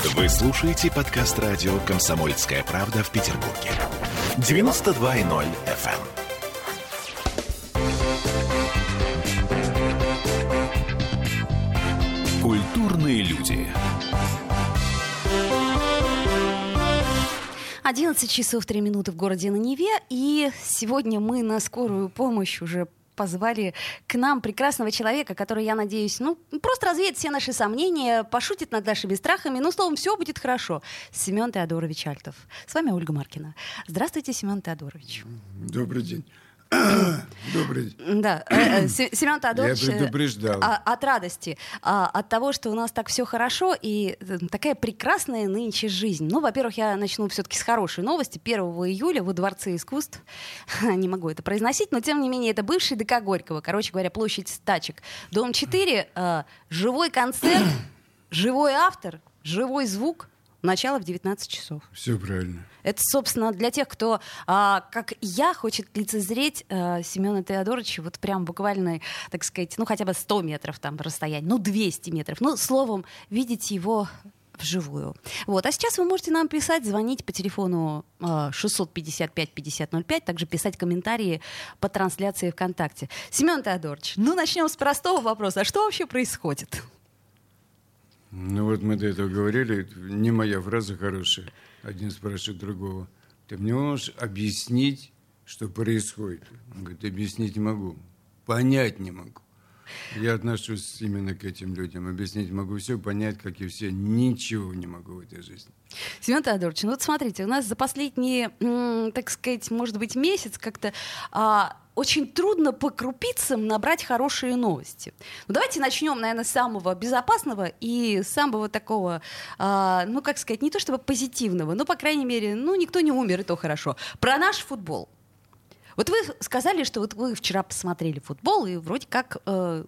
Вы слушаете подкаст радио «Комсомольская правда» в Петербурге. 92.0 FM. Культурные люди. 11 часов 3 минуты в городе на Неве. И сегодня мы на скорую помощь уже позвали к нам прекрасного человека, который, я надеюсь, просто развеет все наши сомнения, пошутит над нашими страхами. Словом, все будет хорошо. Семен Теодорович Альтов. С вами Ольга Маркина. Здравствуйте, Семен Теодорович. Добрый день. Добрый день. Да, Семен Теодорович, я предупреждал. От радости, от того, что у нас так все хорошо и такая прекрасная нынче жизнь. Во-первых, я начну все-таки с хорошей новости. 1 июля во Дворце искусств, не могу это произносить, но тем не менее это бывший ДК Горького, короче говоря, площадь Тачек, дом 4, живой концерт, живой автор, живой звук, начало в 19 часов. Все правильно. Это, собственно, для тех, кто, как я, хочет лицезреть Семена Теодоровича вот прям буквально, так сказать, хотя бы 100 метров там расстояние, 200 метров. Словом, видеть его вживую. А сейчас вы можете нам писать, звонить по телефону 655-5005, также писать комментарии по трансляции ВКонтакте. Семен Теодорович, начнем с простого вопроса. А что вообще происходит? Мы до этого говорили, не моя фраза хорошая. Один спрашивает другого. Ты мне можешь объяснить, что происходит? Он говорит, объяснить не могу. Понять не могу. Я отношусь именно к этим людям. Объяснить могу все, понять, как и все. Ничего не могу в этой жизни. Семен Теодорович, смотрите, у нас за последние, так сказать, может быть, месяц как-то очень трудно по крупицам набрать хорошие новости. Давайте начнем, наверное, с самого безопасного и самого такого, как сказать, не то чтобы позитивного, но, по крайней мере, никто не умер, и то хорошо. Про наш футбол. Вы сказали, что вы вчера посмотрели футбол, и вроде как,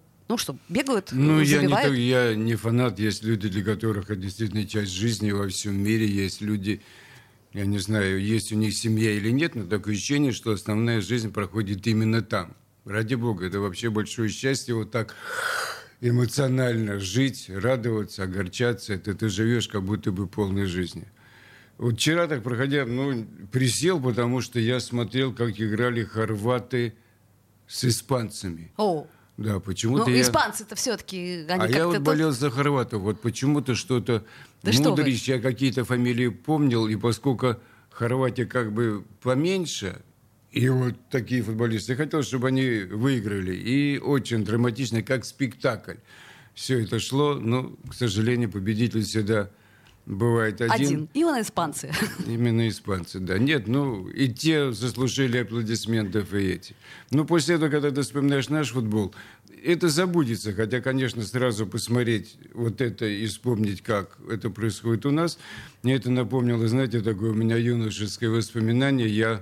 бегают, забивают. Я не фанат. Есть люди, для которых это действительно часть жизни во всем мире. Есть люди, я не знаю, есть у них семья или нет, но такое ощущение, что основная жизнь проходит именно там. Ради бога, это вообще большое счастье вот так эмоционально жить, радоваться, огорчаться. Это ты живешь как будто бы полной жизнью. Вчера так проходя, присел, потому что я смотрел, как играли хорваты с испанцами. Да, почему-то испанцы-то все-таки... я болел за хорватов. Почему-то что-то... Мудрич, я какие-то фамилии помнил, и поскольку Хорватия как бы поменьше, и такие футболисты, я хотел, чтобы они выиграли. И очень драматично, как спектакль. Все это шло, но, к сожалению, победитель всегда бывает один. И он испанцы. Именно испанцы, да. Нет, и те заслужили аплодисментов, и эти. После этого, когда ты вспоминаешь наш футбол, это забудется. Хотя, конечно, сразу посмотреть это и вспомнить, как это происходит у нас. Мне это напомнило, знаете, такое у меня юношеское воспоминание. Я,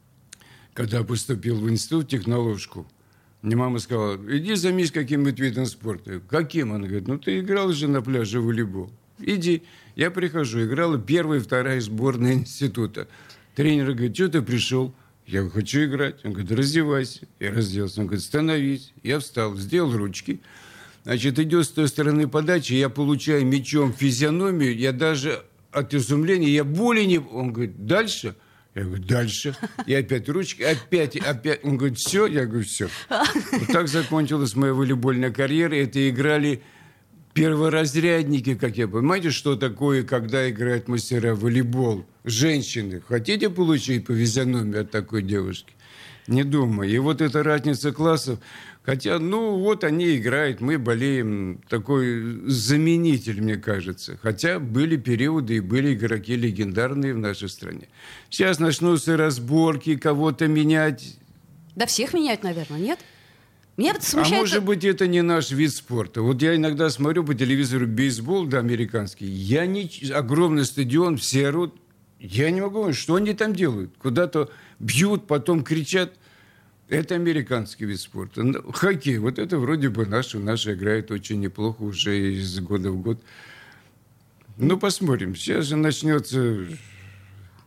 когда поступил в институт техноложку, мне мама сказала, иди займись каким-нибудь видом спорта. Каким? Она говорит, ты играл же на пляже в волейбол. Иди. Я прихожу, играла 1-я и 2-я сборная института. Тренер говорит, что ты пришел? Я говорю, хочу играть. Он говорит, раздевайся. Я разделся. Он говорит, становись. Я встал, сделал ручки. Идет с той стороны подачи, я получаю мячом физиономию, я даже от изумления, я боли не... Он говорит, дальше? Я говорю, дальше. И опять ручки, опять. Он говорит, все? Я говорю, все. Так закончилась моя волейбольная карьера. Это играли перворазрядники, как я понимаете, что такое, когда играют мастера в волейбол. Женщины, хотите получить по физиономии от такой девушки? Не думаю. И эта разница классов, хотя, они играют, мы болеем, такой заменитель, мне кажется. Хотя были периоды и были игроки легендарные в нашей стране. Сейчас начнутся разборки, кого-то менять. Да всех менять, наверное, нет? Меня смущает... А может быть, это не наш вид спорта. Я иногда смотрю по телевизору бейсбол, американский. Огромный стадион, все орут. Я не могу понять, что они там делают. Куда-то бьют, потом кричат. Это американский вид спорта. Хоккей, это вроде бы наш. Наши играют очень неплохо уже из года в год. Посмотрим. Сейчас же начнется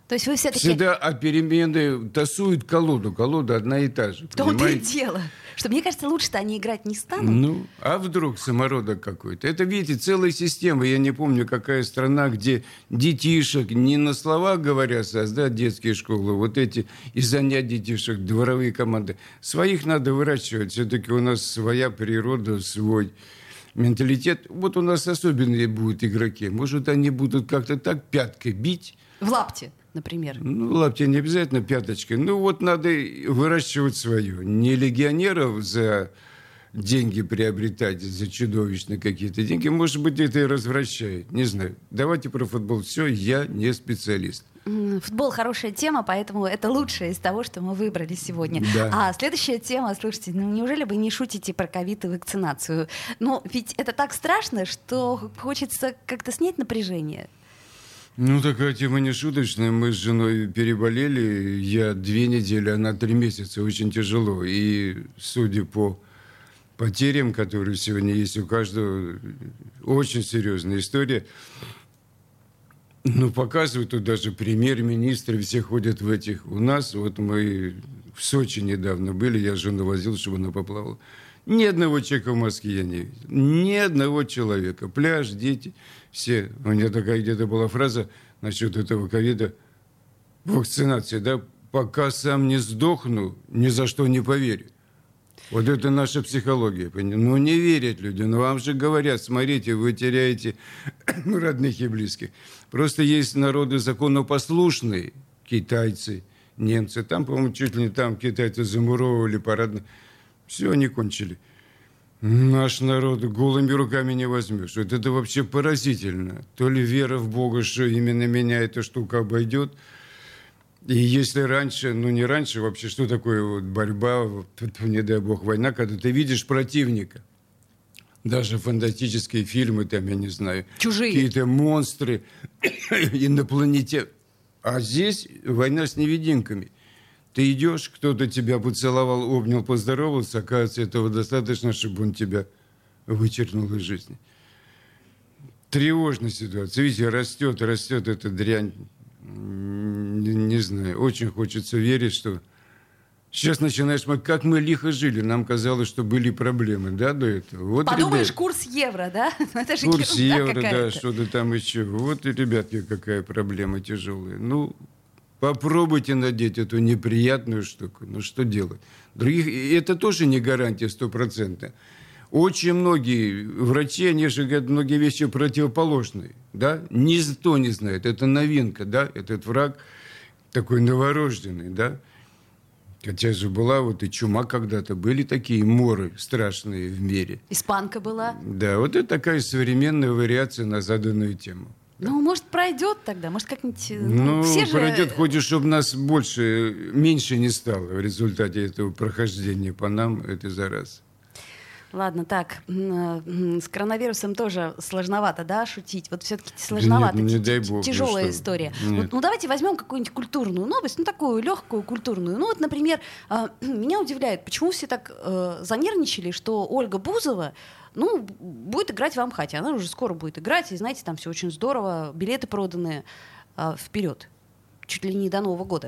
То есть вы все-таки... Всегда перемены тасуют колоду. Колода одна и та же. В том-то и дело. Что, мне кажется, лучше-то они играть не станут. Ну, а вдруг самородок какой-то? Это, видите, целая система. Я не помню, какая страна, где детишек не на словах говорят, создать детские школы. Вот эти и занять детишек, дворовые команды. Своих надо выращивать. Все-таки у нас своя природа, свой менталитет. Вот у нас особенные будут игроки. Может, они будут как-то так пяткой бить. В лапте, например. Ну, лапти не обязательно пяточкой. Ну, вот надо выращивать свое. Не легионеров за деньги приобретать, за чудовищные какие-то деньги. Может быть, это и развращает. Не знаю. Давайте про футбол. Все, я не специалист. Футбол хорошая тема, поэтому это лучшее из того, что мы выбрали сегодня. Да. А следующая тема, слушайте, ну неужели вы не шутите про ковид и вакцинацию? Ну, ведь это так страшно, что хочется как-то снять напряжение. Ну, такая тема не шуточная. Мы с женой переболели. Я 2 недели, она 3 месяца. Очень тяжело. И, судя по потерям, которые сегодня есть у каждого, очень серьезная история. Ну, показывают тут даже премьер-министры, все ходят в этих. У нас, вот мы в Сочи недавно были, я жену возил, чтобы она поплавала. Ни одного человека в Москве я не видел. Ни одного человека. Пляж, дети, все. У меня такая где-то была фраза насчет этого ковида. Вакцинация, да? Пока сам не сдохну, ни за что не поверю. Вот это наша психология. Ну, не верят люди. Но вам же говорят, смотрите, вы теряете родных и близких. Просто есть народы законопослушные. Китайцы, немцы. Там, по-моему, чуть ли не там китайцы замуровывали парадно. Все, они кончили. Наш народ голыми руками не возьмешь. Вот это вообще поразительно. То ли вера в Бога, что именно меня эта штука обойдет. И если раньше, ну не раньше, вообще что такое вот борьба, не дай бог, война, когда ты видишь противника. Даже фантастические фильмы, там, я не знаю. Чужие. Какие-то монстры, инопланетяне. А здесь война с невидимками. Ты идешь, кто-то тебя поцеловал, обнял, поздоровался, оказывается, этого достаточно, чтобы он тебя вычеркнул из жизни. Тревожная ситуация. Видите, растет эта дрянь. Не знаю, очень хочется верить, что... Сейчас начинаешь смотреть, как мы лихо жили. Нам казалось, что были проблемы, да, до этого. Вот, подумаешь, ребят, курс евро, да? Это же курс евро, какая-то. да, что-то там еще. Вот и, ребятки, какая проблема тяжелая. Ну, попробуйте надеть эту неприятную штуку. Ну, что делать? Других... Это тоже не гарантия 100%. Очень многие врачи, они же говорят, многие вещи противоположные, да? Никто не знает. Это новинка, да? Этот враг такой новорожденный, да? Хотя же была вот и чума когда-то, были такие моры страшные в мире. Испанка была. Да, вот это такая современная вариация на заданную тему. Ну, может, пройдет тогда, может, как-нибудь... Ну, все пройдет, же... хоть чтобы нас меньше не стало в результате этого прохождения по нам этой заразы. Ладно, так, с коронавирусом тоже сложновато, да, шутить? Вот все-таки сложновато, Нет, не дай бог, тяжелая ну что? история. Нет. Вот, давайте возьмем какую-нибудь культурную новость, ну такую легкую культурную. Ну вот, например, меня удивляет, почему все так занервничали, что Ольга Бузова, ну, будет играть в Амхате. Она уже скоро будет играть, и знаете, там все очень здорово, билеты проданы вперед, чуть ли не до Нового года.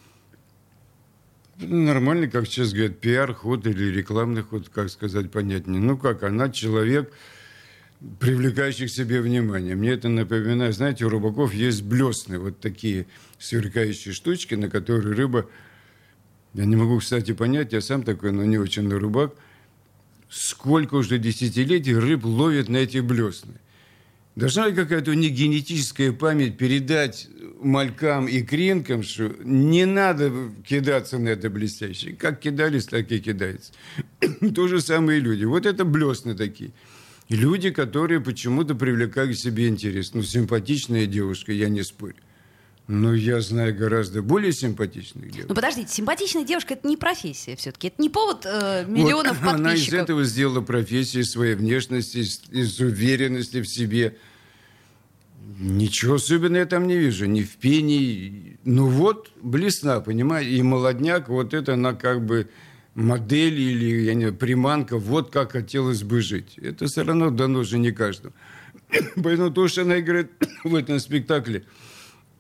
Нормальный, как сейчас говорят, пиар-ход или рекламный ход, как сказать, понятнее. Ну как, она человек, привлекающий к себе внимание. Мне это напоминает, знаете, у рыбаков есть блесны, вот такие сверкающие штучки, на которые рыба... Я не могу, кстати, понять, я сам такой, но не очень рыбак. Сколько уже десятилетий рыб ловят на эти блесны. Должна быть какая-то у них генетическая память передать малькам и кринкам, что не надо кидаться на это блестящее. Как кидались, так и кидается. То же самое и люди. Вот это блесны такие. Люди, которые почему-то привлекают к себе интерес. Ну, симпатичная девушка, я не спорю. Но я знаю гораздо более симпатичных девушек. Ну, подождите, симпатичная девушка — это не профессия все-таки. Это не повод миллионов вот подписчиков. Она из этого сделала профессию своей внешности, из уверенности в себе. Ничего особенного я там не вижу. Ни в пении. Ну вот, блесна, понимаете? И молодняк, вот это она как бы модель или, я не знаю, приманка. Вот как хотелось бы жить. Это все равно дано же не каждому. Поэтому то, что она играет в этом спектакле,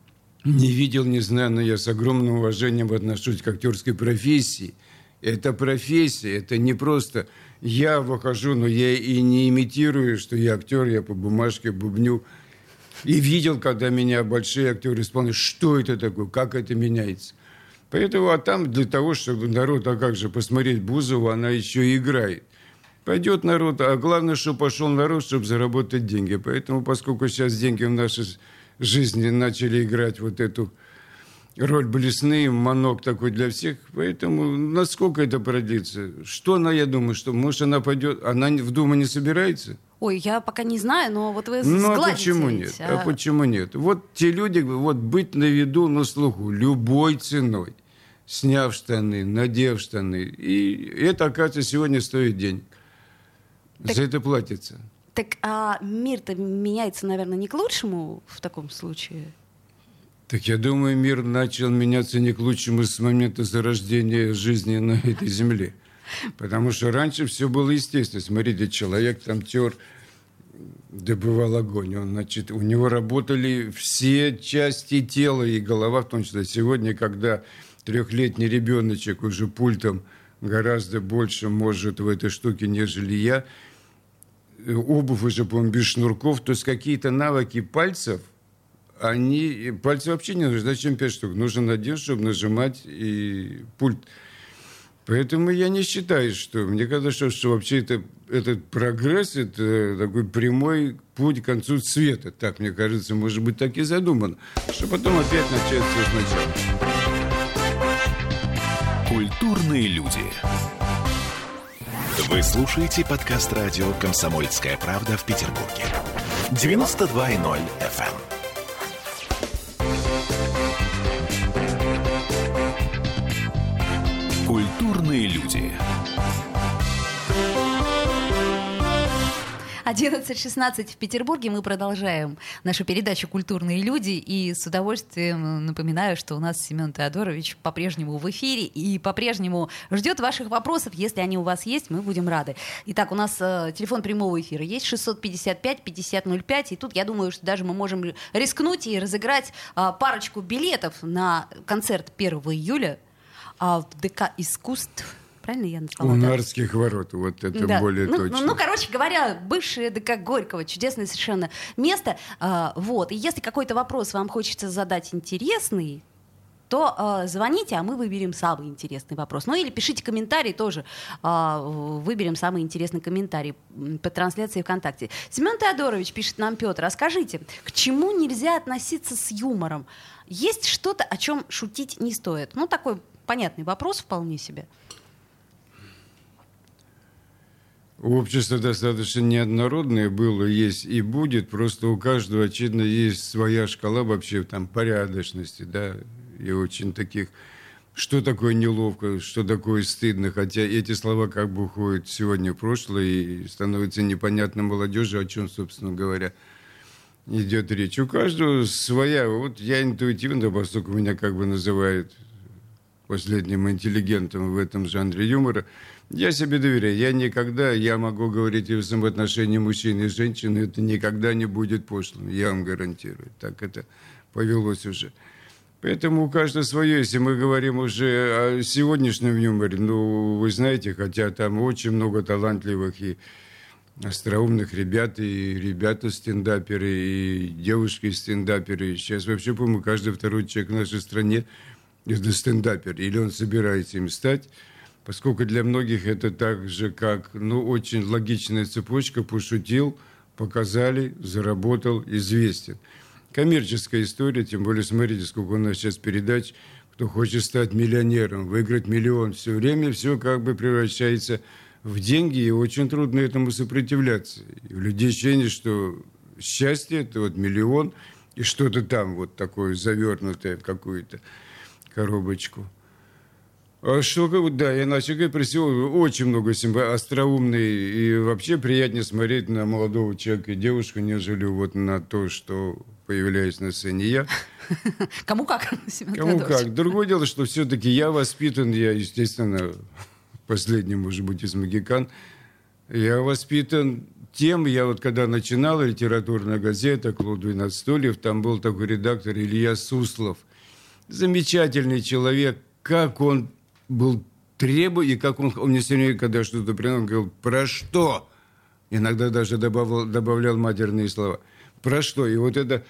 не видел, не знаю, но я с огромным уважением отношусь к актерской профессии. Это профессия, это не просто я выхожу, но я и не имитирую, что я актер, я по бумажке бубню. И видел, когда меня большие актеры исполняют, что это такое, как это меняется. Поэтому, а там для того, чтобы народ, а как же посмотреть Бузову, она еще и играет. Пойдет народ, а главное, чтобы пошел народ, чтобы заработать деньги. Поэтому, поскольку сейчас деньги в нашей жизни начали играть вот эту роль блесны, манок такой для всех, поэтому насколько это продлится? Что она, я думаю, что, может, она пойдет, она в Думу не собирается? Ой, я пока не знаю, но вот вы Ну, сгладите. а почему нет? А почему нет? Вот те люди, вот быть на виду, на слуху, любой ценой, сняв штаны, надев штаны, и это, оказывается, сегодня стоит денег. За это платится. Так а мир-то меняется, наверное, не к лучшему в таком случае? Так я думаю, мир начал меняться не к лучшему с момента зарождения жизни на этой земле. Потому что раньше все было естественно. Смотрите, человек там тер, добывал огонь. Он, значит, у него работали все части тела и голова в том числе. Сегодня, когда 3-летний ребеночек уже пультом гораздо больше может в этой штуке, нежели я, обувь уже, по-моему, без шнурков, то есть какие-то навыки пальцев, пальцы вообще не нужны. Зачем 5 штук? Нужно надеть, чтобы нажимать и пульт. Поэтому я не считаю, что... Мне кажется, что вообще этот прогресс, это такой прямой путь к концу света. Так, мне кажется, может быть, так и задумано. Что потом опять начать все сначала. Культурные люди. Вы слушаете подкаст радио «Комсомольская правда» в Петербурге. 92.0 FM. Культурные люди. 11:16 в Петербурге. Мы продолжаем нашу передачу «Культурные люди». И с удовольствием напоминаю, что у нас Семен Теодорович по-прежнему в эфире и по-прежнему ждет ваших вопросов. Если они у вас есть, мы будем рады. Итак, у нас телефон прямого эфира есть 655-5005. И тут я думаю, что даже мы можем рискнуть и разыграть парочку билетов на концерт 1 июля в ДК искусств. Правильно я назвала? У Нарвских ворот, вот это да. Более точно. Короче говоря, бывшее ДК Горького, чудесное совершенно место. Вот. И если какой-то вопрос вам хочется задать интересный, то звоните, а мы выберем самый интересный вопрос. Ну или пишите комментарий тоже. Выберем самый интересный комментарий по трансляции ВКонтакте. Семен Теодорович, пишет нам Петр, а скажите, к чему нельзя относиться с юмором? Есть что-то, о чем шутить не стоит? Ну, такой понятный вопрос вполне себе. Общество достаточно неоднородное было, есть и будет. Просто у каждого, очевидно, есть своя шкала вообще там порядочности, да, и очень таких, что такое неловко, что такое стыдно. Хотя эти слова как бы уходят сегодня в прошлое и становится непонятно молодежи, о чем, собственно говоря, идет речь. У каждого своя. Вот я интуитивно, поскольку меня как бы называют последним интеллигентом в этом жанре юмора, я себе доверяю. Я могу говорить и в взаимоотношении мужчин и женщин, это никогда не будет пошлым, я вам гарантирую. Так это повелось уже. Поэтому у каждого свое. Если мы говорим уже о сегодняшнем юморе, ну, вы знаете, хотя там очень много талантливых и остроумных ребят, и ребята-стендаперы, и девушки-стендаперы. Сейчас вообще, по-моему, каждый второй человек в нашей стране это стендапер, или он собирается им стать, поскольку для многих это так же, как, очень логичная цепочка, пошутил, показали, заработал, известен. Коммерческая история, тем более, смотрите, сколько у нас сейчас передач, кто хочет стать миллионером, выиграть миллион, все время все как бы превращается в деньги, и очень трудно этому сопротивляться. И у людей ощущение, что счастье – это вот миллион, и что-то там вот такое завернутое в какую-то коробочку. А что, да, иначе говоря, присел очень много остроумный, и вообще приятнее смотреть на молодого человека и девушку, нежели вот на то, что появляюсь на сцене я. Кому как? Кому как. Другое дело, что все-таки я воспитан, я, естественно, последний, может быть, из магикан, я воспитан тем. Я вот когда начинал, литературная газета «Клуб 12 стульев», там был такой редактор Илья Суслов. Замечательный человек, как он был требователен, и как он мне все время, когда что-то приносил, он говорил: про что? Иногда даже добавлял матерные слова. Про что? И вот эта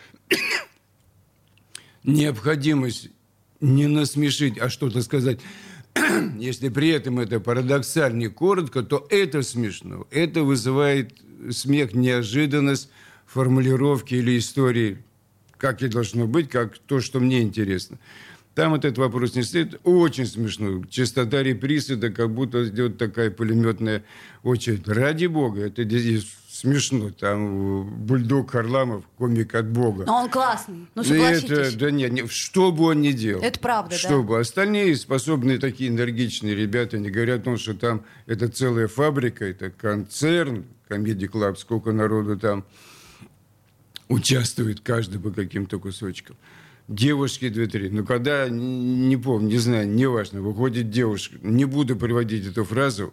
необходимость не насмешить, а что-то сказать, если при этом это парадоксально и коротко, то это смешно. Это вызывает смех, неожиданность формулировки или истории, как и должно быть, как то, что мне интересно. Там этот вопрос не стоит. Очень смешно. Частота реприз, это как будто идет такая пулеметная очередь. Ради бога, это здесь смешно. Там бульдог Харламов, комик от бога. Но он классный, ну согласитесь. Это, да нет, что бы он ни делал. Это правда, что бы. Остальные способные, такие энергичные ребята, они говорят о том, что там это целая фабрика, это концерн, Comedy Club, сколько народу там участвует, каждый по каким-то кусочкам. Девушки 2-3. Ну, когда, не помню, не знаю, неважно, выходит девушка. Не буду приводить эту фразу.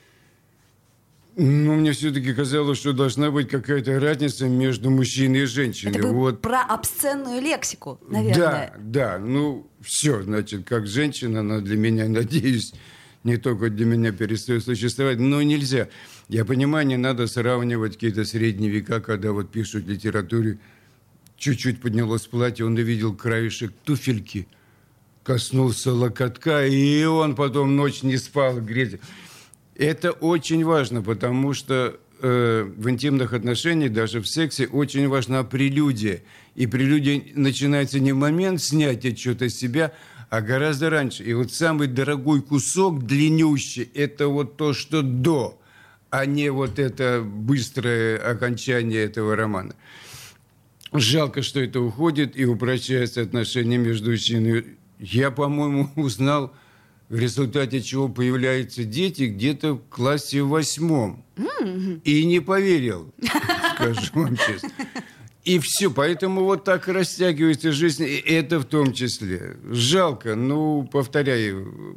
Но мне все-таки казалось, что должна быть какая-то разница между мужчиной и женщиной. Это вы вот. Про обсценную лексику, наверное. Да. Ну, все, значит, как женщина, она для меня, надеюсь, не только для меня перестает существовать. Но нельзя. Я понимаю, не надо сравнивать какие-то средние века, когда вот пишут в литературе. Чуть-чуть поднялось платье, он увидел краешек туфельки, коснулся локотка, и он потом ночь не спал, грезил. Это очень важно, потому что в интимных отношениях, даже в сексе, очень важна прелюдия. И прелюдия начинается не в момент снятия чего-то с себя, а гораздо раньше. И вот самый дорогой кусок, длиннющий, это вот то, что до, а не вот это быстрое окончание этого романа. Жалко, что это уходит и упрощается отношения между мужчиной. Я, по-моему, узнал, в результате чего появляются дети где-то в классе 8. И не поверил, скажу вам честно. И все, поэтому вот так растягивается жизнь, и это в том числе. Жалко, ну, повторяю,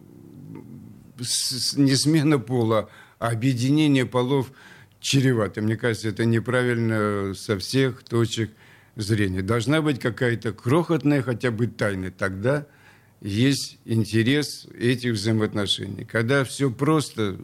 не смена пола, а объединение полов чревато. Мне кажется, это неправильно со всех точек зрения. Должна быть какая-то крохотная хотя бы тайна. Тогда есть интерес этих взаимоотношений. Когда все просто,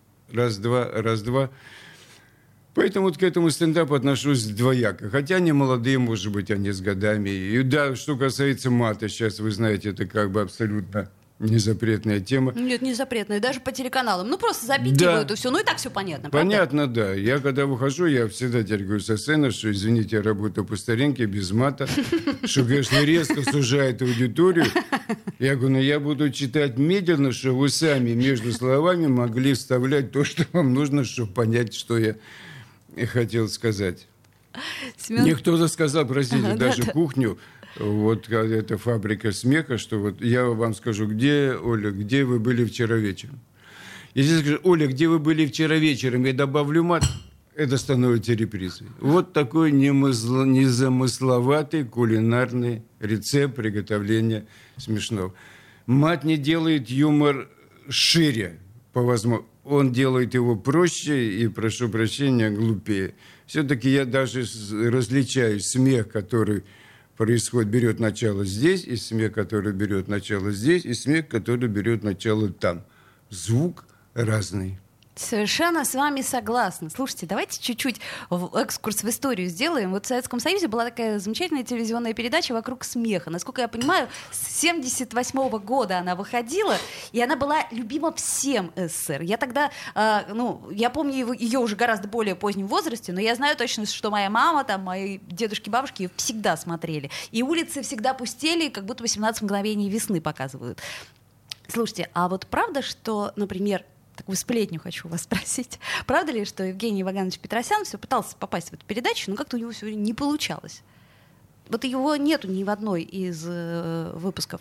раз-два. Поэтому вот к этому стендапу отношусь двояко. Хотя они молодые, может быть, они с годами. И да, что касается мата, сейчас, вы знаете, это как бы абсолютно незапретная тема. Нет, не запретная, даже по телеканалам. Ну, просто запикивают, да. И все. Ну, и так все понятно, правда? Понятно, да. Я, когда выхожу, я всегда теперь говорю со сцены, что, извините, я работаю по старинке, без мата, что, конечно, резко сужает аудиторию. Я говорю, но я буду читать медленно, что вы сами между словами могли вставлять то, что вам нужно, чтобы понять, что я хотел сказать. Семен... Мне кто-то сказал, простите, даже кухню, вот это фабрика смеха, что вот я вам скажу, Оля, где вы были вчера вечером? Если я скажу, Оля, где вы были вчера вечером, я добавлю мат, это становится репризой. Вот такой незамысловатый кулинарный рецепт приготовления смешного. Мат не делает юмор шире, по возможности. Он делает его проще и, прошу прощения, глупее. Все-таки я даже различаю смех, который берет начало здесь, и смех, который берет начало здесь, и смех, который берет начало там. Звук разный. Совершенно с вами согласна. Слушайте, давайте чуть-чуть экскурс в историю сделаем. Вот в Советском Союзе была такая замечательная телевизионная передача «Вокруг смеха». Насколько я понимаю, с 1978 года она выходила, и она была любима всем СССР. Я тогда, я помню ее уже гораздо более позднем возрасте, но я знаю точно, что моя мама, там, мои дедушки, бабушки ее всегда смотрели. И улицы всегда пустели, как будто 18 мгновений весны показывают. Слушайте, а вот правда, что, например, такую сплетню хочу вас спросить. Правда ли, что Евгений Ваганович Петросян все пытался попасть в эту передачу, но как-то у него все не получалось? Вот его нету ни в одной из выпусков.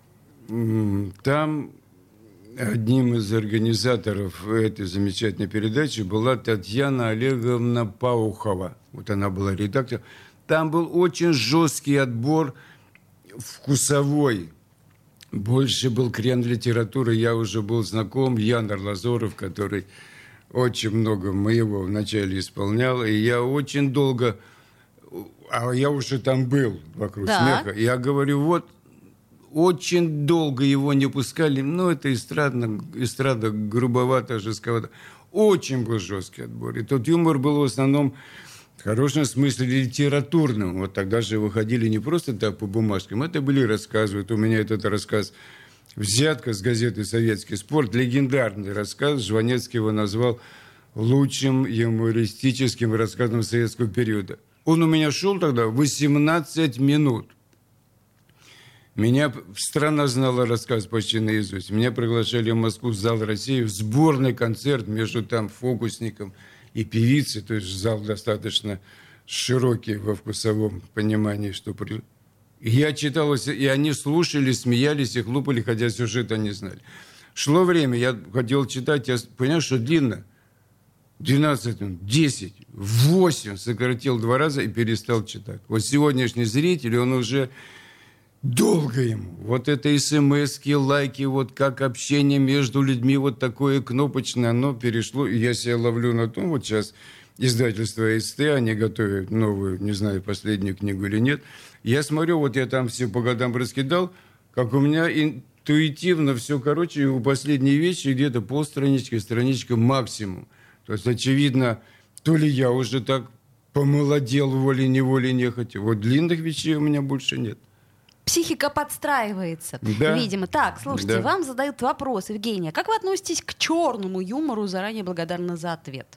Там одним из организаторов этой замечательной передачи была Татьяна Олеговна Паухова. Вот она была редактором. Там был очень жесткий отбор вкусовой. Больше был крен литературы, я уже был знаком, Ян Арлазоров, который очень много моего вначале исполнял, и я очень долго, а я уже там был вокруг смеха, я говорю, вот, очень долго его не пускали, ну, это эстрада грубовато, жестковато. Очень был жесткий отбор. И тот юмор был в основном в хорошем смысле литературным. Вот тогда же выходили не просто так по бумажкам, это были рассказы. Вот у меня этот рассказ «Взятка» с газеты «Советский спорт», легендарный рассказ. Жванецкий его назвал лучшим юмористическим рассказом советского периода. Он у меня шел тогда 18 минут. Меня страна знала рассказ почти наизусть. Меня приглашали в Москву, в зал России, в сборный концерт между там фокусником и певицей. То есть зал достаточно широкий во вкусовом понимании, что... Я читал, и они слушали, смеялись и хлопали, хотя сюжета не знали. Шло время, я хотел читать, я понял, что длинно. 12 минут, 10, 8, сократил 2 раза и перестал читать. Вот сегодняшний зритель, он уже... Долго ему. Вот это смс-ки, лайки, вот как общение между людьми, вот такое кнопочное, оно перешло. И я себя ловлю на том, вот сейчас издательство СТ, они готовят новую, не знаю, последнюю книгу или нет. Я смотрю, вот я там все по годам раскидал, как у меня интуитивно все короче, и у последней вещи где-то полстранички, страничка максимум. То есть, очевидно, то ли я уже так помолодел волей-неволей нехотя. Вот длинных вещей у меня больше нет. Психика подстраивается, да. Видимо. Так, слушайте, да. Вам задают вопрос, Евгения. Как вы относитесь к черному юмору? Заранее благодарна за ответ.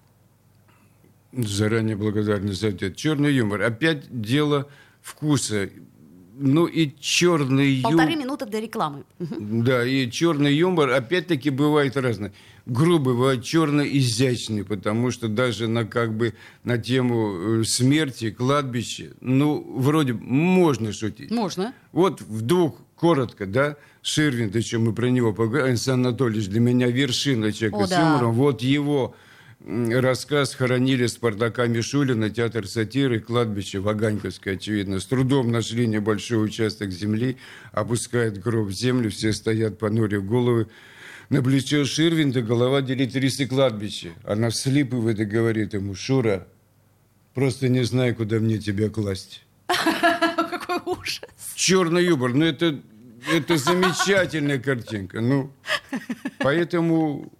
Заранее благодарна за ответ. Черный юмор. Опять дело вкуса. Ну и черный юмор... 1,5 минуты до рекламы. Да, и черный юмор опять-таки бывает разный. Грубый, бывает черно-изящный, потому что даже на тему смерти, кладбища, ну, вроде можно шутить. Можно. Вот коротко, да, Ширвинд, еще мы про него поговорим, Александр Анатольевич, для меня вершина человека с юмором. Вот его рассказ «Хоронили Спартака Мишулина», театр сатиры, кладбище Ваганьковское, очевидно. С трудом нашли небольшой участок земли, опускают гроб в землю, все стоят, понурив головы. На плечо Ширвинда голова директрисы кладбища. Она всхлипывает и говорит ему: «Шура, просто не знаю, куда мне тебя класть». Какой ужас. Черный юмор. Ну, это замечательная картинка. Ну, поэтому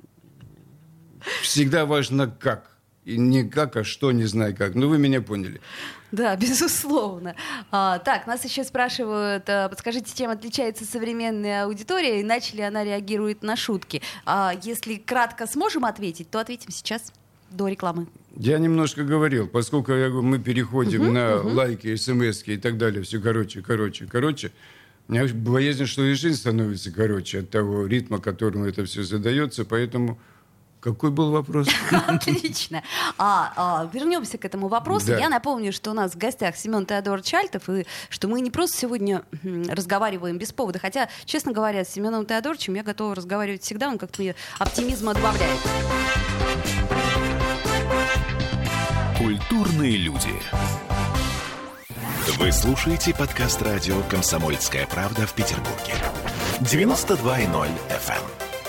всегда важно как. И не как, а что, не знаю как. Ну, вы меня поняли. Да, безусловно. Так, нас еще спрашивают, подскажите, чем отличается современная аудитория, иначе ли она реагирует на шутки? Если кратко сможем ответить, то ответим сейчас, до рекламы. Я немножко говорил, поскольку мы переходим на лайки, смс-ки и так далее, все короче. У меня боязнь, что и жизнь становится короче от того ритма, которому это все задается, поэтому... Какой был вопрос? Отлично. Вернемся к этому вопросу. Да. Я напомню, что у нас в гостях Семен Теодорович Альтов, и что мы не просто сегодня разговариваем без повода, хотя, честно говоря, с Семеном Теодоровичем я готова разговаривать всегда, он как-то мне оптимизма добавляет. Культурные люди. Вы слушаете подкаст радио «Комсомольская правда» в Петербурге. 92.0 FM.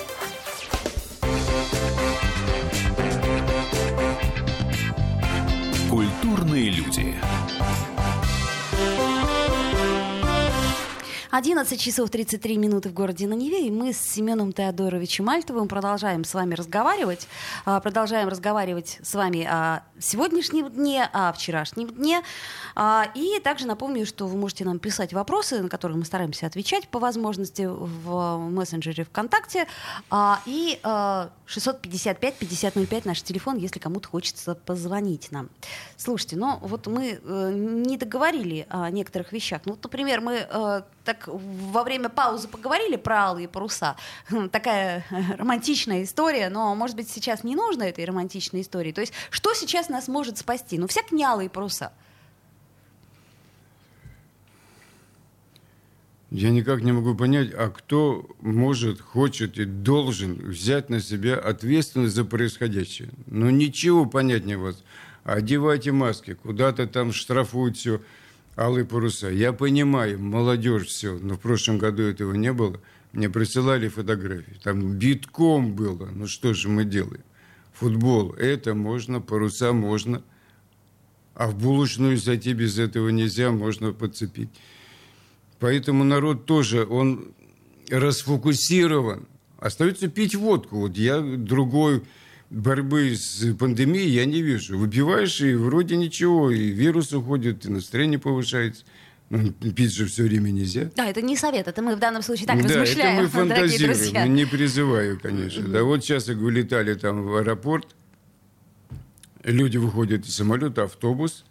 Культурные люди. 11 часов 33 минуты в городе на Неве, и мы с Семеном Теодоровичем Альтовым продолжаем с вами разговаривать. Продолжаем разговаривать с вами о сегодняшнем дне, о вчерашнем дне. И также напомню, что вы можете нам писать вопросы, на которые мы стараемся отвечать по возможности в мессенджере ВКонтакте. И 655-5005 наш телефон, если кому-то хочется позвонить нам. Слушайте, ну вот мы не договорили о некоторых вещах. Ну, вот, например, мы так во время паузы поговорили про алые паруса. Такая романтичная история, но, может быть, сейчас не нужно этой романтичной истории. То есть, что сейчас нас может спасти? Ну, всяк не алые паруса. Я никак не могу понять, а кто может, хочет и должен взять на себя ответственность за происходящее? Ну, ничего понять не вас. Одевайте маски, куда-то там штрафуют все. Алые паруса. Я понимаю, молодежь все, но в прошлом году этого не было. Мне присылали фотографии. Там битком было. Ну что же мы делаем? Футбол – это можно, паруса можно, а в булочную зайти без этого нельзя, можно подцепить. Поэтому народ тоже, он расфокусирован. Остается пить водку. Вот я другой борьбы с пандемией я не вижу. Выпиваешь, и вроде ничего, и вирус уходит, и настроение повышается. Ну, пить же все время нельзя. Да, это не совет, это мы в данном случае так размышляем, это мы фантазируем, друзья. не призываю, конечно. Да, вот сейчас вылетали там в аэропорт, люди выходят из самолета, автобус.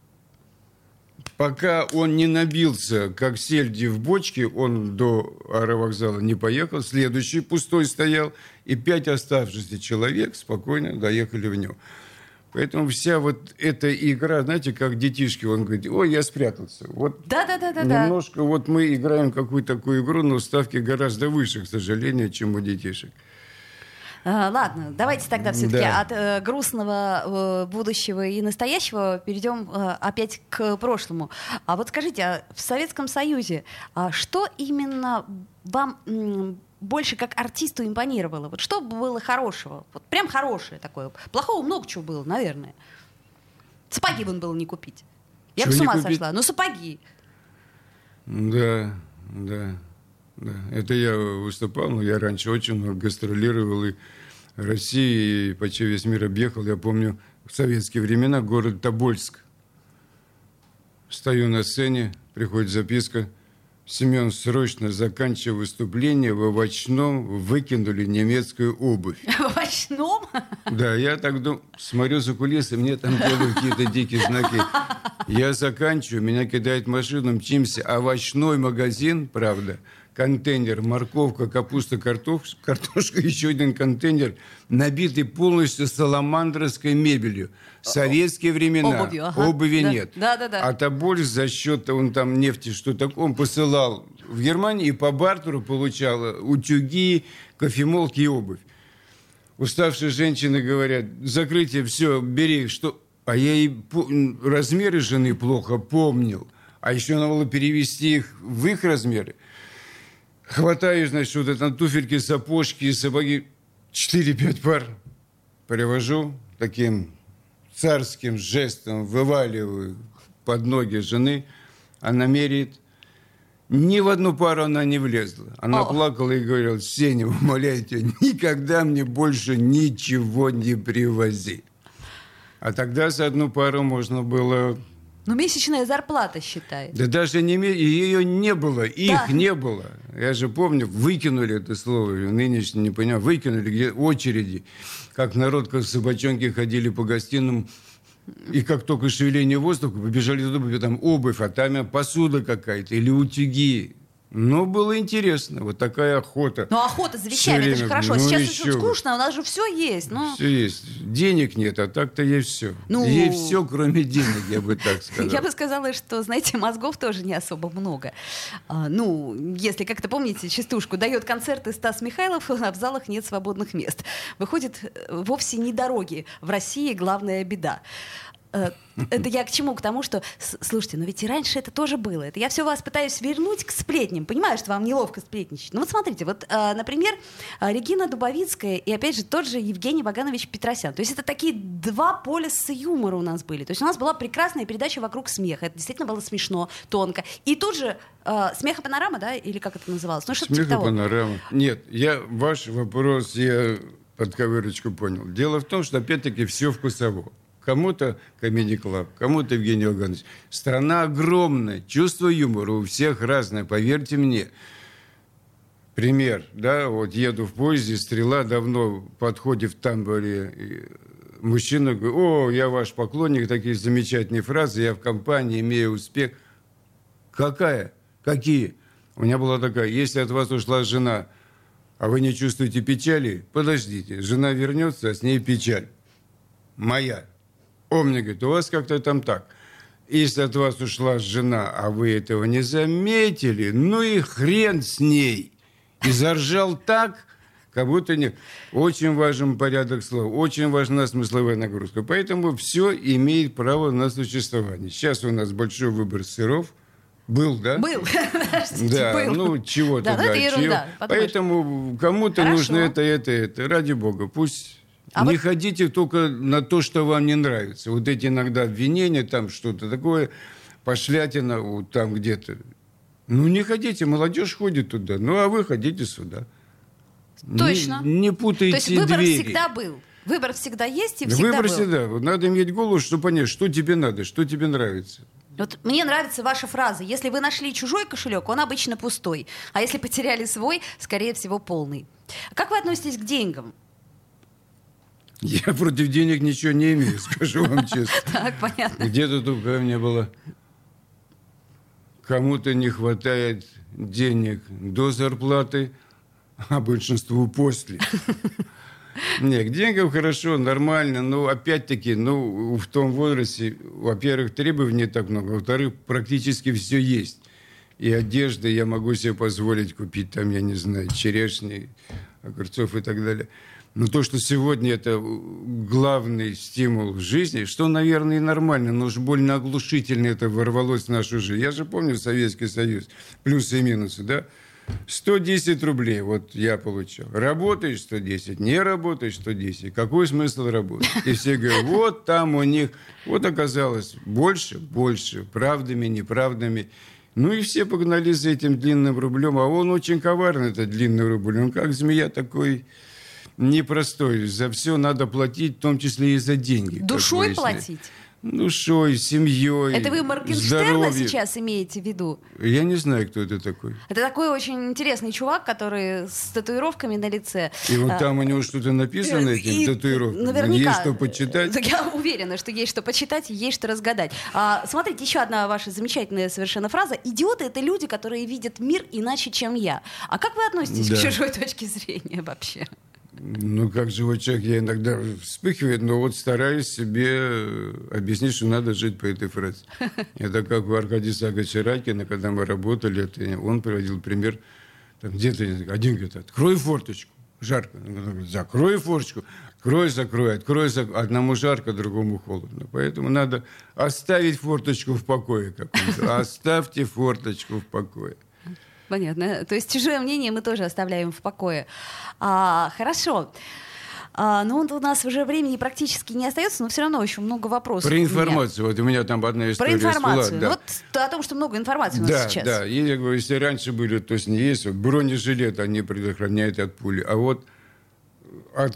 Пока он не набился, как сельди в бочке, он до аэровокзала не поехал, следующий пустой стоял, и 5 оставшихся человек спокойно доехали в него. Поэтому вся вот эта игра, знаете, как детишки, он говорит, ой, я спрятался. Вот Да. немножко вот мы играем какую-то такую игру, но ставки гораздо выше, к сожалению, чем у детишек. Ладно, давайте тогда все-таки Да. от грустного будущего и настоящего перейдем опять к прошлому. А вот скажите, а в Советском Союзе что именно вам больше как артисту импонировало? Вот что было хорошего? Вот прям хорошее такое. Плохого много чего было, наверное. Сапоги вон было не купить. Я Чего бы с ума не купить? сошла. Ну, сапоги. Да. Это я выступал, но я раньше очень много гастролировал и в России, и почти весь мир объехал. Я помню, в советские времена город Тобольск. Стою на сцене, приходит записка. Семен, срочно заканчивая выступление, в овощном выкинули немецкую обувь. В овощном? Да, я так думаю, смотрю за кулисы, мне там делают какие-то дикие знаки. Я заканчиваю, меня кидает в машину, мчимся. Овощной магазин, правда, контейнер, морковка, капуста, картошка, еще один контейнер, набитый полностью саламандровской мебелью. Советские времена. Обувью, ага. Обуви Да. нет. Да. А Тобольск за счет он там нефти, что такое, он посылал в Германию и по бартеру получал утюги, кофемолки и обувь. Уставшие женщины говорят, закрытие, все, бери, что... А я и размеры жены плохо помнил. А еще надо было перевести их в их размеры. Хватаю, значит, вот это туфельки, сапожки, сапоги. 4-5 пар. Привожу таким царским жестом, вываливаю под ноги жены. Она меряет. Ни в одну пару она не влезла. Она плакала и говорила, Сеня, умоляю тебя, никогда мне больше ничего не привози. А тогда за одну пару можно было... Ну, месячная зарплата, считай. Да даже ее не было, их не было. Я же помню, выкинули это слово, нынешнее не понимаю, выкинули, где очереди, как народ, как собачонки ходили по гостиным, и как только шевеление воздуха, побежали туда, там обувь, а там посуда какая-то, или утюги. Ну, было интересно, вот такая охота. Ну, охота за вещами, это же хорошо. Ну, Сейчас еще очень скучно, у нас же все есть. Ну... Все есть. Денег нет, а так-то есть все. Ну... Есть все, кроме денег, я бы так сказал. Я бы сказала, что, знаете, мозгов тоже не особо много. Ну, если, как-то помните, частушку, дает концерты Стас Михайлов, а в залах нет свободных мест. Выходит, вовсе не дороги. В России главная беда. Это я к чему? К тому, что, слушайте, но ведь и раньше это тоже было. Это я все вас пытаюсь вернуть к сплетням. Понимаю, что вам неловко сплетничать. Ну вот смотрите, вот, например, Регина Дубовицкая и, опять же, тот же Евгений Ваганович Петросян. То есть это такие два полюса юмора у нас были. То есть у нас была прекрасная передача «Вокруг смеха». Это действительно было смешно, тонко. И тут же «Смехопанорама», да, или как это называлось? Ну, что-то типа того. «Смехопанорама». Нет, ваш вопрос я под ковырочку понял. Дело в том, что, опять-таки, все вкусово. Кому-то Comedy Club, кому-то Евгений Ваганович. Страна огромная, чувство юмора у всех разное, поверьте мне. Пример, да, вот еду в поезде, «Стрела», давно подходит в тамбуре, мужчина говорит, о, я ваш поклонник, такие замечательные фразы, я в компании имею успех. Какая? Какие? У меня была такая, если от вас ушла жена, а вы не чувствуете печали, подождите, жена вернется, а с ней печаль. Моя. Он мне говорит, у вас как-то там так. Если от вас ушла жена, а вы этого не заметили, ну и хрен с ней. И заржал так, как будто не... Очень важен порядок слов, очень важна смысловая нагрузка. Поэтому все имеет право на существование. Сейчас у нас большой выбор сыров. Был, да? Был. Да, был. ну чего-то, да. Это ерунда. Поэтому кому-то нужно это. Ради бога, пусть Не ходите только на то, что вам не нравится. Вот эти иногда обвинения, там что-то такое, пошлятина вот там где-то. Ну, не ходите, молодежь ходит туда, ну, а вы ходите сюда. Точно. Не путайте двери. То есть выбор всегда был. Выбор всегда есть и всегда Выбор был. всегда. Вот надо иметь голову, чтобы понять, что тебе надо, что тебе нравится. Вот мне нравится ваша фраза. Если вы нашли чужой кошелек, он обычно пустой. А если потеряли свой, скорее всего, полный. Как вы относитесь к деньгам? Я против денег ничего не имею, скажу вам честно. Так, понятно. Где-то только мне было... Кому-то не хватает денег до зарплаты, а большинству после. Не, к деньгам хорошо, нормально, но опять-таки, в том возрасте, во-первых, требований не так много, во-вторых, практически все есть. И одежда, я могу себе позволить купить там, я не знаю, черешни, огурцов и так далее. Но то, что сегодня это главный стимул в жизни, что, наверное, и нормально, но уж больно оглушительно это ворвалось в нашу жизнь. Я же помню Советский Союз, плюсы и минусы, да? 110 рублей, вот я получал. Работаешь 110, не работаешь 110. Какой смысл работать? И все говорят, вот там у них, вот оказалось, больше, правдами, неправдами. Ну и все погнали за этим длинным рублем, а он очень коварный, этот длинный рубль. Он как змея такой непростой. За все надо платить, в том числе и за деньги. Душой платить? Душой, семьей, это вы Моргенштерна здоровьем. Сейчас имеете в виду? Я не знаю, кто это такой. Это такой очень интересный чувак, который с татуировками на лице. И вот там у него что-то написано, этим татуировками. Наверняка. Есть что почитать. Я уверена, что есть что почитать и есть что разгадать. Смотрите, еще одна ваша замечательная совершенно фраза. Идиоты — это люди, которые видят мир иначе, чем я. А как вы относитесь к чужой точке зрения вообще? Ну, как живой человек, я иногда вспыхиваю, но вот стараюсь себе объяснить, что надо жить по этой фразе. Это как у Аркадия Исааковича Райкина, когда мы работали, он приводил пример, там где-то один говорит, открой форточку, жарко. Он говорит, закрой форточку, закрой, открой. Одному жарко, другому холодно. Поэтому надо оставить форточку в покое, как он говорит. Оставьте форточку в покое. Понятно. То есть чужое мнение мы тоже оставляем в покое. Хорошо. Ну, у нас уже времени практически не остается, но все равно еще много вопросов. Про информацию. Вот у меня там одна история. Про информацию. Да. Вот о том, что много информации у нас сейчас. Да. И я говорю, если раньше были, то есть не есть. Вот бронежилет, они предохраняют от пули. А вот от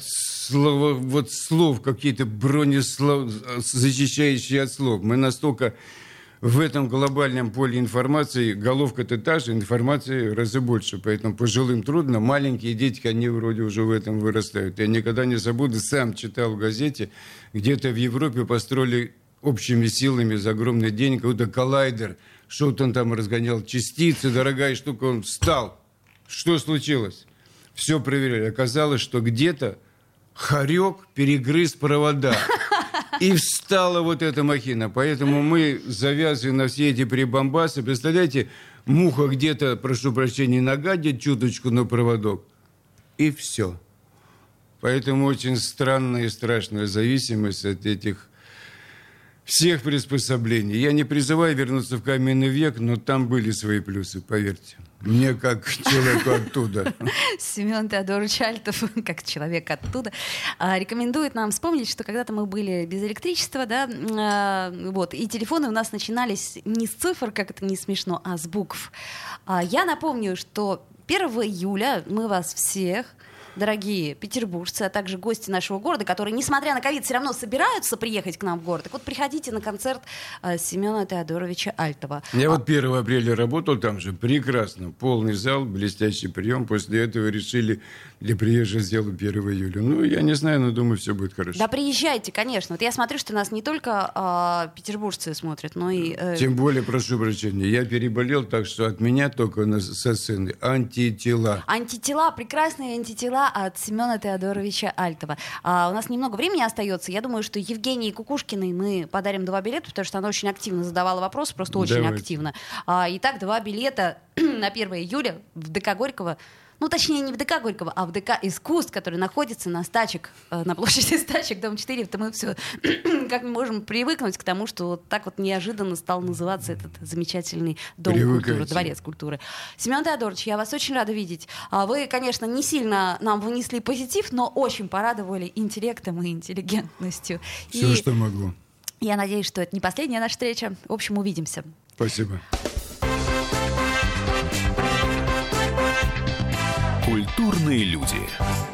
слов, какие-то бронеслов, защищающие от слов. Мы настолько... В этом глобальном поле информации головка-то та же, информации в разы больше. Поэтому пожилым трудно. Маленькие дети, они вроде уже в этом вырастают. Я никогда не забуду, сам читал в газете, где-то в Европе построили общими силами за огромный денег какой-то коллайдер. Что-то он там разгонял, частицы, дорогая штука, он встал. Что случилось? Все проверяли. Оказалось, что где-то хорек перегрыз провода. И встала вот эта махина. Поэтому мы завязываем на все эти прибамбасы. Представляете, муха где-то, прошу прощения, нагадит чуточку на проводок. И все. Поэтому очень странная и страшная зависимость от этих всех приспособлений. Я не призываю вернуться в каменный век, но там были свои плюсы, поверьте. Мне как человеку оттуда. Семен Теодорович Альтов, как человек оттуда, рекомендует нам вспомнить, что когда-то мы были без электричества, да, вот, и телефоны у нас начинались не с цифр, как это не смешно, а с букв. Я напомню, что 1 июля мы вас всех, дорогие петербуржцы, а также гости нашего города, которые, несмотря на ковид, все равно собираются приехать к нам в город. Так вот, приходите на концерт Семена Теодоровича Альтова. Я вот 1 апреля работал там же, прекрасно, полный зал, блестящий прием. После этого решили для приезжих сделать 1 июля. Ну, я не знаю, но думаю, все будет хорошо. Да, приезжайте, конечно. Вот я смотрю, что нас не только петербуржцы смотрят, но и... Тем более, прошу прощения, я переболел, так что от меня только со сцены антитела. Антитела, прекрасные антитела от Семена Теодоровича Альтова. У нас немного времени остается. Я думаю, что Евгении Кукушкиной мы подарим 2 билета, потому что она очень активно задавала вопросы, просто очень активно. Итак, 2 билета на 1 июля в ДК Горького ну, точнее, не в ДК Горького, а в ДК искусств, который находится на площади Стачек, дом 4. То мы все как мы можем привыкнуть к тому, что вот так вот неожиданно стал называться этот замечательный дом культуры, дворец культуры. Семен Теодорович, я вас очень рада видеть. Вы, конечно, не сильно нам вынесли позитив, но очень порадовали интеллектом и интеллигентностью. Все, что могу. Я надеюсь, что это не последняя наша встреча. В общем, увидимся. Спасибо. Культурные люди.